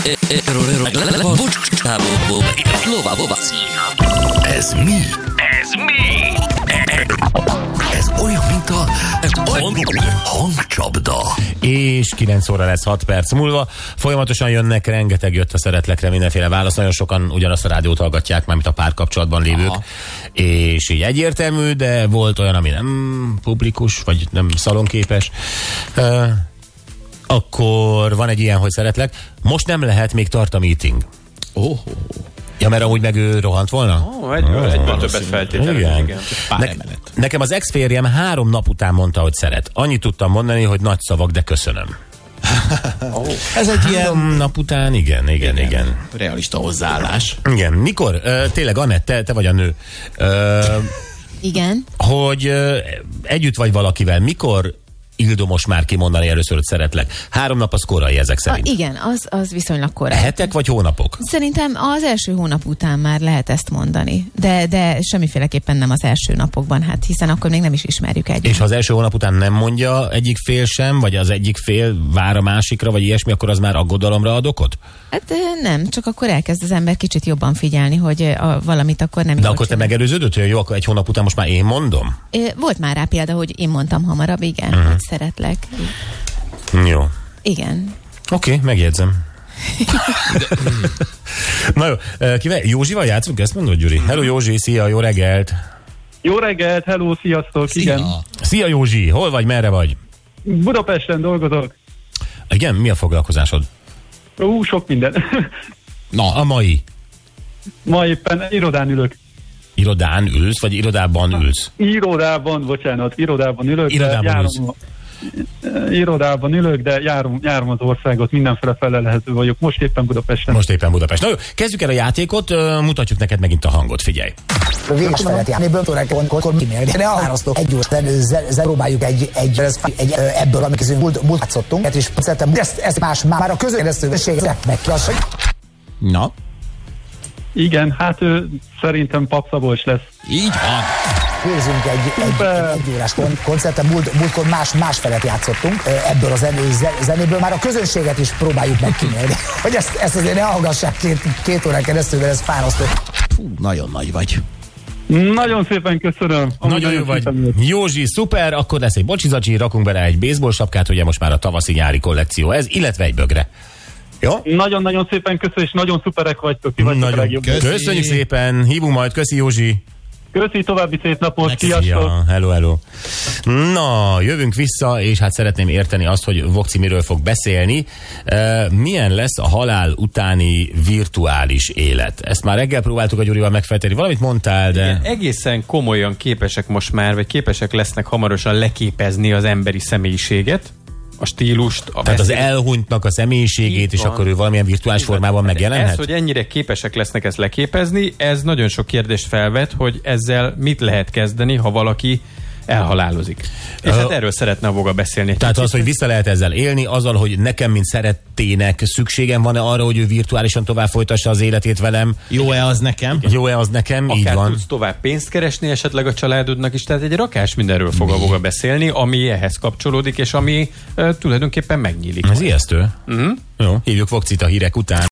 Ez mi? Ez mi? Ez olyan, mint a hangcsapda. És 9 óra lesz 6 perc múlva. Folyamatosan jönnek, rengeteg jött a szeretlekre mindenféle válasz. Nagyon sokan ugyanazt a rádiót hallgatják, mármint a párkapcsolatban lévők. Aha. És így egyértelmű, de volt olyan, ami nem publikus, vagy nem szalonképes. Akkor van egy ilyen, hogy szeretlek. Most nem lehet, még tart a meeting. Ja, mert amúgy meg ő rohant volna? Egyből többet feltételezni. Igen. Nekem az ex-férjem 3 nap után mondta, hogy szeret. Annyit tudtam mondani, hogy nagy szavak, de köszönöm. Ez egy 3 ilyen nap után, igen. realista hozzáállás. Igen, mikor? Tényleg, Anett, te vagy a nő. Igen. Hogy együtt vagy valakivel, mikor ildomos már kimondani először, hogy szeretlek? 3 nap az korai ezek szerint. Igen, az viszonylag korai. Hetek vagy hónapok? Szerintem az első hónap után már lehet ezt mondani, de semmiféleképpen nem az első napokban, hát hiszen akkor még nem is ismerjük egymást. És ha az első hónap után nem mondja egyik fél sem, vagy az egyik fél vár a másikra, vagy ilyesmi, akkor az már aggodalomra ad okot? Hát nem, csak akkor elkezd az ember kicsit jobban figyelni, hogy valamit akkor nem. De akkor te megelőződött, hogy jó, akkor egy hónap után most már én mondom? Volt már rá példa, hogy én mondtam hamarabb, igen, hogy szeretlek. Jó. Igen. Oké, megjegyzem. Na jó, kivel? Józsival játszunk, ezt mondod, Gyuri? Hello Józsi, szia, jó reggelt! Jó reggelt, hello, sziasztok, Szia. igen. Szia Józsi, hol vagy, merre vagy? Budapesten dolgozok. Igen, mi a foglalkozásod? Sok minden. Na, a mai. Ma éppen irodán ülök. Irodán ülsz, vagy irodában ülsz? Irodában ülök. Irodában ülök, de járom az országot, mindenféle felelhető vagyok. Most éppen Budapesten. Na jó, kezdjük el a játékot, mutatjuk neked megint a hangot, figyelj. Véges felett járni, akkor kimérni. De választok egy órát, próbáljuk ebből, amik közül múlt játszottunk, és szerintem ezt más már a közönségre meglassak. Na? Igen, hát szerintem Pap Szabolcs lesz. Így van. Nézzünk egy órás koncerten, múltkor más felett játszottunk, ebből a zenéből már a közönséget is próbáljuk megkímélni. Hogy ezt azért ne hallgassák két órán keresztül, mert ez fárasztó. Nagyon nagy vagy. Nagyon szépen köszönöm. Nagyon jó vagy. Józsi, szuper, akkor lesz egy bocsizacsi, rakunk bele egy baseball sapkát, ugye most már a tavaszi-nyári kollekció ez, illetve egy bögre. Jó? Nagyon-nagyon szépen köszönöm, és nagyon szuperek vagytok. Köszönjük szépen, hívunk majd, köszi Józsi. Köszi, további szép napot, sziasztok! Ja, hello. Na, jövünk vissza, és hát szeretném érteni azt, hogy Vokci miről fog beszélni. Milyen lesz a halál utáni virtuális élet? Ezt már reggel próbáltuk a Gyurival megfejteni. Valamit mondtál, de... Igen, egészen komolyan képesek most már, vagy képesek lesznek hamarosan leképezni az emberi személyiséget, a stílust, tehát az elhunytnak a személyiségét, és akkor ő valamilyen virtuális formában megjelenhet? Ez, hogy ennyire képesek lesznek ezt leképezni, ez nagyon sok kérdést felvet, hogy ezzel mit lehet kezdeni, ha valaki elhalálozik. És hát erről szeretne a Voga beszélni. Tehát az, hogy vissza lehet ezzel élni, azzal, hogy nekem, mint szerettének szükségem van-e arra, hogy ő virtuálisan tovább folytassa az életét velem. Jó-e az nekem? Akár így van. Tudsz tovább pénzt keresni esetleg a családodnak is, tehát egy rakás mindenről fog a Voga beszélni, ami ehhez kapcsolódik, és ami tulajdonképpen megnyílik. Ez ijesztő. Jó, hívjuk Vokcit a hírek után.